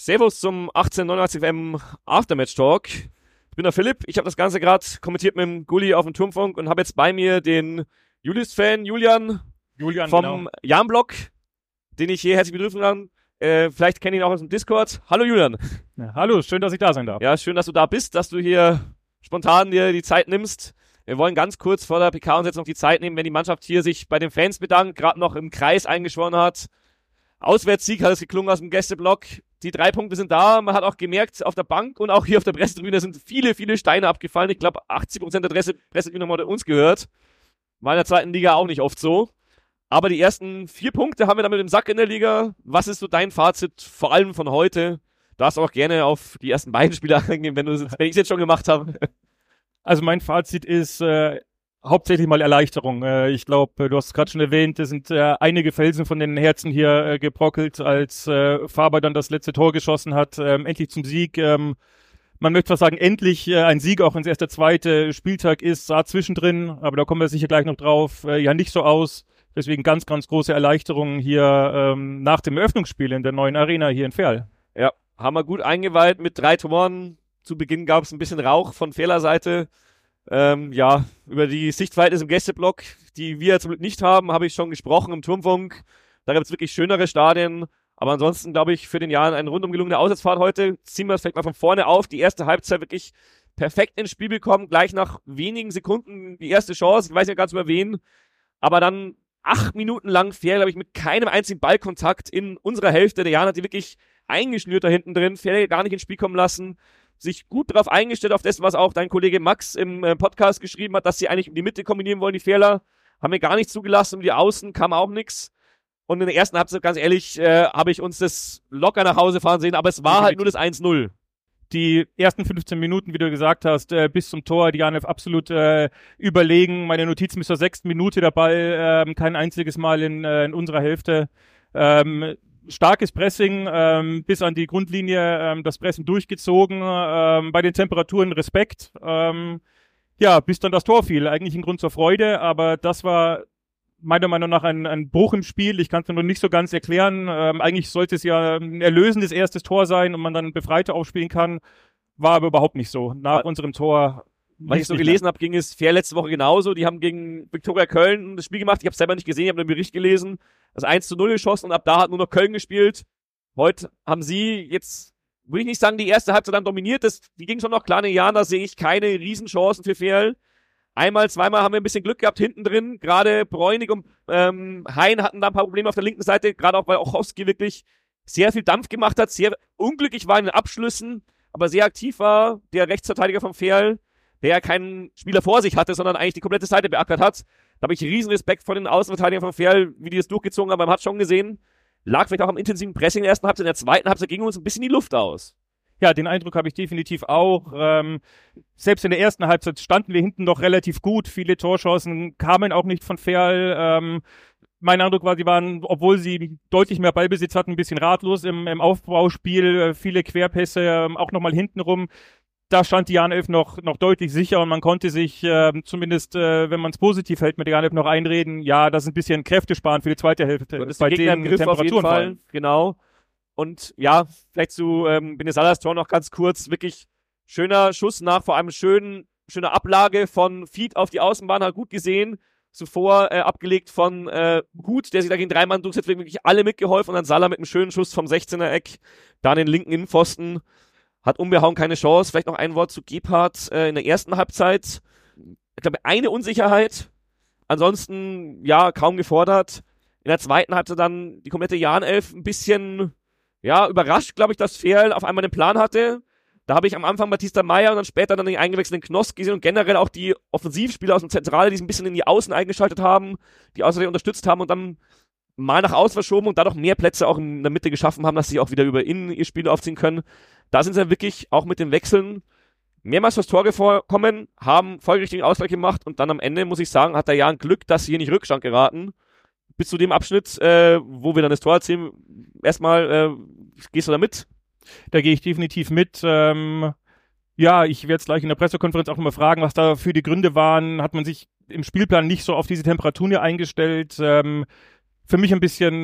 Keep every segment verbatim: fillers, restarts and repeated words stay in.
Servus zum achtzehnhundertneunundachtzig W M Aftermatch Talk. Ich bin der Philipp, ich habe das Ganze gerade kommentiert mit dem Gulli auf dem Turmfunk und habe jetzt bei mir den Julius-Fan Julian, Julian vom genau. Jan-Blog, den ich hier herzlich begrüßen kann. Äh, vielleicht kennt ihr ihn auch aus dem Discord. Hallo Julian. Ja, hallo, schön, dass ich da sein darf. Ja, schön, dass du da bist, dass du hier spontan dir die Zeit nimmst. Wir wollen ganz kurz vor der P K uns jetzt noch die Zeit nehmen, wenn die Mannschaft hier sich bei den Fans bedankt, gerade noch im Kreis eingeschworen hat. Auswärtssieg hat es geklungen aus dem Gästeblock. Die drei Punkte sind da. Man hat auch gemerkt, auf der Bank und auch hier auf der Pressetribüne sind viele, viele Steine abgefallen. Ich glaube, achtzig Prozent der Presse- Pressetribüne haben heute uns gehört. War in der zweiten Liga auch nicht oft so. Aber die ersten vier Punkte haben wir damit im Sack in der Liga. Was ist so dein Fazit, vor allem von heute? Du darfst auch gerne auf die ersten beiden Spiele eingehen, wenn, du, wenn ich es jetzt schon gemacht habe. Also mein Fazit ist äh, hauptsächlich mal Erleichterung. Äh, ich glaube, du hast es gerade schon erwähnt, es sind äh, einige Felsen von den Herzen hier äh, gebrockelt, als äh, Faber dann das letzte Tor geschossen hat. Ähm, endlich zum Sieg. Ähm, man möchte fast sagen, endlich äh, ein Sieg, auch wenn es erst der zweite Spieltag ist, sah zwischendrin, aber da kommen wir sicher gleich noch drauf, äh, ja nicht so aus. Deswegen ganz, ganz große Erleichterung hier ähm, nach dem Eröffnungsspiel in der neuen Arena hier in Verl. Ja, haben wir gut eingeweiht mit drei Toren. Zu Beginn gab es ein bisschen Rauch von Fehlerseite. Ähm, ja, über die Sichtverhältnisse im Gästeblock, die wir zum Glück nicht haben, habe ich schon gesprochen im Turmfunk. Da gibt es wirklich schönere Stadien. Aber ansonsten, glaube ich, für den Jahren eine rundum gelungene Auswärtsfahrt heute. Ziehen wir das vielleicht mal von vorne auf. Die erste Halbzeit wirklich perfekt ins Spiel bekommen. Gleich nach wenigen Sekunden die erste Chance. Ich weiß nicht ganz über wen. Aber dann acht Minuten lang fair, glaube ich, mit keinem einzigen Ballkontakt in unserer Hälfte. Der Jan hat die wirklich eingeschnürt da hinten drin. Fair gar nicht ins Spiel kommen lassen. Sich gut darauf eingestellt, auf das, was auch dein Kollege Max im äh, Podcast geschrieben hat, dass sie eigentlich um die Mitte kombinieren wollen, die Fehler. Haben wir gar nicht zugelassen. Um die Außen kam auch nichts. Und in der ersten Halbzeit, ganz ehrlich, äh, habe ich uns das locker nach Hause fahren sehen, aber es war halt nur das eins null. Die ersten fünfzehn Minuten, wie du gesagt hast, äh, bis zum Tor, die Janef absolut äh, überlegen. Meine Notizen bis zur sechsten Minute, der Ball äh, kein einziges Mal in, äh, in unserer Hälfte. Ähm, starkes Pressing ähm, bis an die Grundlinie, ähm, das Pressen durchgezogen, ähm, bei den Temperaturen Respekt. Ähm, ja, bis dann das Tor fiel. Eigentlich ein Grund zur Freude, aber das war meiner Meinung nach ein, ein Bruch im Spiel. Ich kann es mir noch nicht so ganz erklären. Ähm, eigentlich sollte es ja ein erlösendes erstes Tor sein und man dann befreiter aufspielen kann. War aber überhaupt nicht so. Nach was, unserem Tor. Was ich so gelesen habe, ging es fair letzte Woche genauso. Die haben gegen Viktoria Köln das Spiel gemacht. Ich habe es selber nicht gesehen, ich habe den Bericht gelesen. Das eins zu null geschossen und ab da hat nur noch Köln gespielt. Heute haben sie jetzt, würde ich nicht sagen, die erste Halbzeit dann dominiert. Das, die ging schon noch klar in den Jahren, da sehe ich keine Riesenchancen für Ferl. Einmal, zweimal haben wir ein bisschen Glück gehabt hinten drin. Gerade Bräunig und ähm, Hein hatten da ein paar Probleme auf der linken Seite. Gerade auch, weil Ochowski wirklich sehr viel Dampf gemacht hat, sehr unglücklich war in den Abschlüssen, aber sehr aktiv war. Der Rechtsverteidiger vom Ferl, der ja keinen Spieler vor sich hatte, sondern eigentlich die komplette Seite beackert hat. Da habe ich riesen Respekt vor den Außenverteidigern von Ferl, wie die das durchgezogen haben. Man hat schon gesehen, lag vielleicht auch am intensiven Pressing in der ersten Halbzeit. In der zweiten Halbzeit ging uns ein bisschen die Luft aus. Ja, den Eindruck habe ich definitiv auch. Ähm, selbst in der ersten Halbzeit standen wir hinten noch relativ gut. Viele Torchancen kamen auch nicht von Ferl. Ähm, mein Eindruck war, sie waren, obwohl sie deutlich mehr Ballbesitz hatten, ein bisschen ratlos im, im Aufbauspiel. Äh, viele Querpässe, äh, auch nochmal hintenrum. Da stand die Janelf noch, noch deutlich sicher und man konnte sich äh, zumindest, äh, wenn man es positiv hält, mit der Janelf noch einreden, ja, das ist ein bisschen Kräftesparen für die zweite Hälfte. Das ist bei den Temperaturen auf jeden Fall, genau. Und ja, vielleicht zu ähm, Benesalas Tor noch ganz kurz, wirklich schöner Schuss nach, vor allem schön, schöne Ablage von Fied auf die Außenbahn, hat gut gesehen, zuvor äh, abgelegt von äh, Gut, der sich da gegen drei Mann durchsetzt, wirklich alle mitgeholfen und dann Salah mit einem schönen Schuss vom sechzehner Eck, da den linken Innenpfosten. Hat umgehauen, keine Chance. Vielleicht noch ein Wort zu Gebhardt äh, in der ersten Halbzeit. Ich glaube, eine Unsicherheit. Ansonsten, ja, kaum gefordert. In der zweiten Halbzeit dann die komplette Janelf ein bisschen, ja, überrascht, glaube ich, dass Ferl auf einmal den Plan hatte. Da habe ich am Anfang Batista Meyer und dann später dann den eingewechselten Knoss gesehen und generell auch die Offensivspieler aus dem Zentrale, die sich ein bisschen in die Außen eingeschaltet haben, die außerdem unterstützt haben und dann mal nach außen verschoben und dadurch mehr Plätze auch in der Mitte geschaffen haben, dass sie auch wieder über innen ihr Spiel aufziehen können. Da sind sie dann wirklich auch mit den Wechseln mehrmals fürs Tor gekommen, haben folgerichtigen Ausgleich gemacht und dann am Ende, muss ich sagen, hat der Jan Glück, dass sie hier nicht Rückstand geraten. Bis zu dem Abschnitt, äh, wo wir dann das Tor erzielen, erstmal, äh, gehst du da mit? Da gehe ich definitiv mit. Ähm, ja, ich werde jetzt gleich in der Pressekonferenz auch nochmal fragen, was da für die Gründe waren. Hat man sich im Spielplan nicht so auf diese Temperaturen hier eingestellt? Ähm, für mich ein bisschen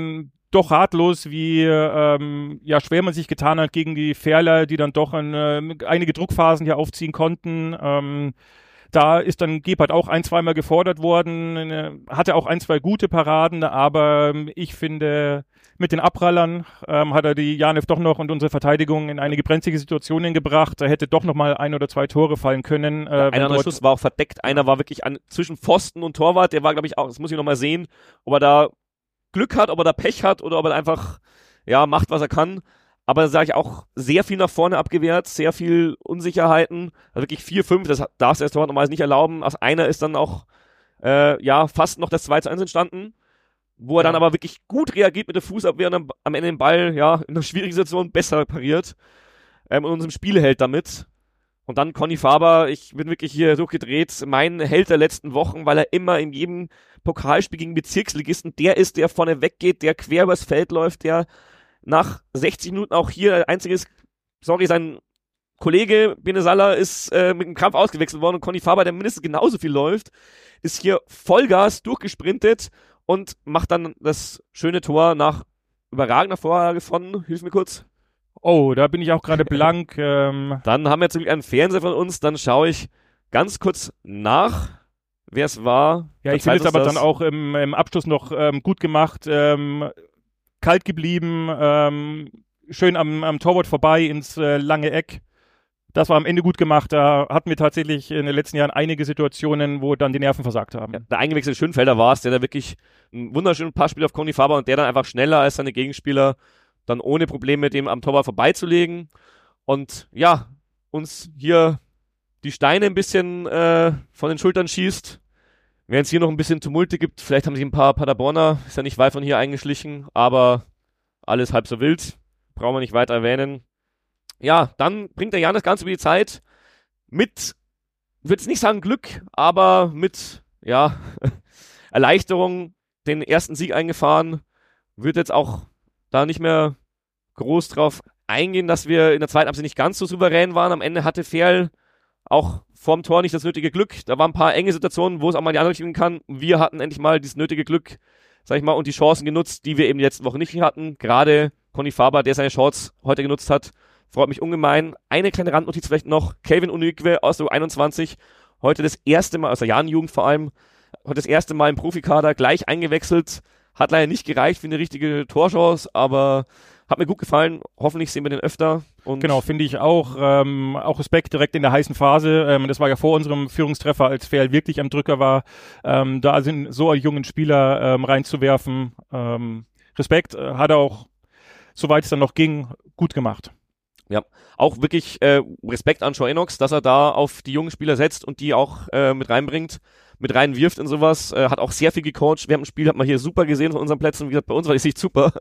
doch ratlos, wie ähm, ja schwer man sich getan hat gegen die Ferler, die dann doch ein, äh, einige Druckphasen hier aufziehen konnten. Ähm, da ist dann Gebhardt auch ein, zweimal gefordert worden, äh, hatte auch ein, zwei gute Paraden, aber ähm, ich finde, mit den Abprallern ähm, hat er die Janev doch noch und unsere Verteidigung in einige brenzlige Situationen gebracht. Da hätte doch noch mal ein oder zwei Tore fallen können. Äh, ja, einer der Schuss war auch verdeckt, einer war wirklich an, zwischen Pfosten und Torwart, der war, glaube ich, auch, das muss ich noch mal sehen, ob er da Glück hat, ob er da Pech hat oder ob er einfach ja macht, was er kann. Aber da sage ich auch sehr viel nach vorne abgewehrt, sehr viel Unsicherheiten. Also wirklich vier, fünf, das darf es erst normalerweise nicht erlauben. Aus einer ist dann auch äh, ja fast noch das zwei zu eins entstanden, wo er ja. dann aber wirklich gut reagiert mit der Fußabwehr und am, am Ende den Ball ja in einer schwierigen Situation besser pariert ähm, und uns im Spiel hält damit. Und dann Conny Faber, ich bin wirklich hier durchgedreht, mein Held der letzten Wochen, weil er immer in jedem Pokalspiel gegen Bezirksligisten der ist, der vorne weggeht, der quer übers Feld läuft, der nach sechzig Minuten auch hier einziges, sorry, sein Kollege Benesalla ist äh, mit dem Kampf ausgewechselt worden und Conny Faber, der mindestens genauso viel läuft, ist hier Vollgas durchgesprintet und macht dann das schöne Tor nach überragender Vorlage von, hilf mir kurz. Oh, da bin ich auch gerade blank. ähm. Dann haben wir zum Glück einen Fernseher von uns, dann schaue ich ganz kurz nach, wer es war. Ja, ich finde es aber das. dann auch im, im Abschluss noch ähm, gut gemacht, ähm, kalt geblieben, ähm, schön am, am Torwart vorbei ins äh, lange Eck. Das war am Ende gut gemacht. Da hatten wir tatsächlich in den letzten Jahren einige Situationen, wo dann die Nerven versagt haben. Ja, der eingewechselte Schönfelder war es, der da wirklich einen wunderschönen Pass spielt auf Conny Faber und der dann einfach schneller als seine Gegenspieler dann ohne Probleme dem am Torwart vorbeizulegen und ja, uns hier die Steine ein bisschen äh, von den Schultern schießt. Während es hier noch ein bisschen Tumulte gibt, vielleicht haben sich ein paar Paderborner, ist ja nicht weit von hier eingeschlichen, aber alles halb so wild, brauchen wir nicht weiter erwähnen. Ja, dann bringt der Jan das Ganze über die Zeit mit, ich würde jetzt nicht sagen Glück, aber mit, ja, Erleichterung den ersten Sieg eingefahren, wird jetzt auch da nicht mehr groß drauf eingehen, dass wir in der zweiten Halbzeit nicht ganz so souverän waren. Am Ende hatte Ferl auch vorm Tor nicht das nötige Glück. Da waren ein paar enge Situationen, wo es auch mal in die andere Richtung kann. Wir hatten endlich mal dieses nötige Glück, sag ich mal, und die Chancen genutzt, die wir eben die letzten Wochen nicht hatten. Gerade Conny Faber, der seine Chance heute genutzt hat, freut mich ungemein. Eine kleine Randnotiz vielleicht noch. Kelvin Unigwe aus der U einundzwanzig, heute das erste Mal, aus der Jahnjugend vor allem, heute das erste Mal im Profikader, gleich eingewechselt. Hat leider nicht gereicht für eine richtige Torchance, aber hat mir gut gefallen. Hoffentlich sehen wir den öfter. Und genau, finde ich auch. Ähm, auch Respekt direkt in der heißen Phase. Ähm, das war ja vor unserem Führungstreffer, als Ferl wirklich am Drücker war. Ähm, da sind so einen jungen Spieler ähm, reinzuwerfen. Ähm, Respekt, äh, hat er auch, soweit es dann noch ging, gut gemacht. Ja, auch wirklich äh, Respekt an Shaw Enox, dass er da auf die jungen Spieler setzt und die auch äh, mit reinbringt, mit reinwirft in sowas. Äh, hat auch sehr viel gecoacht. Während dem Spiel hat man hier super gesehen von unseren Plätzen. Wie gesagt, bei uns war die Sicht super,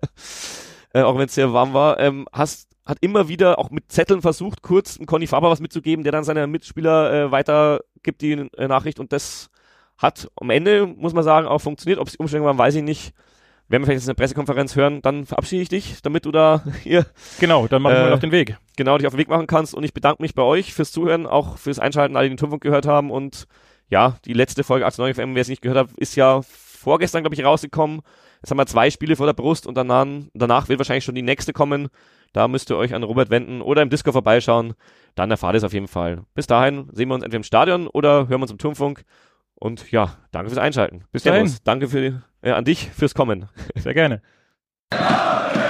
äh, auch wenn es sehr warm war. Ähm, hast, hat immer wieder auch mit Zetteln versucht, kurz einem Conny Faber was mitzugeben, der dann seine Mitspieler äh, weitergibt, die äh, Nachricht. Und das hat am Ende, muss man sagen, auch funktioniert. Ob es die Umstellung waren, weiß ich nicht. Werden wir vielleicht jetzt eine Pressekonferenz hören, dann verabschiede ich dich, damit du da hier... Genau, dann machen wir äh, auf den Weg. Genau, dich auf den Weg machen kannst. Und ich bedanke mich bei euch fürs Zuhören, auch fürs Einschalten, alle, die den Turmfunk gehört haben. Und ja, die letzte Folge achtundneunzig F M, wer es nicht gehört hat, ist ja vorgestern, glaube ich, rausgekommen. Jetzt haben wir zwei Spiele vor der Brust und danach, danach wird wahrscheinlich schon die nächste kommen. Da müsst ihr euch an Robert wenden oder im Disco vorbeischauen. Dann erfahrt ihr es auf jeden Fall. Bis dahin sehen wir uns entweder im Stadion oder hören wir uns im Turmfunk. Und ja, danke fürs Einschalten. Bis dahin. Danke für, äh, an dich fürs Kommen. Sehr gerne.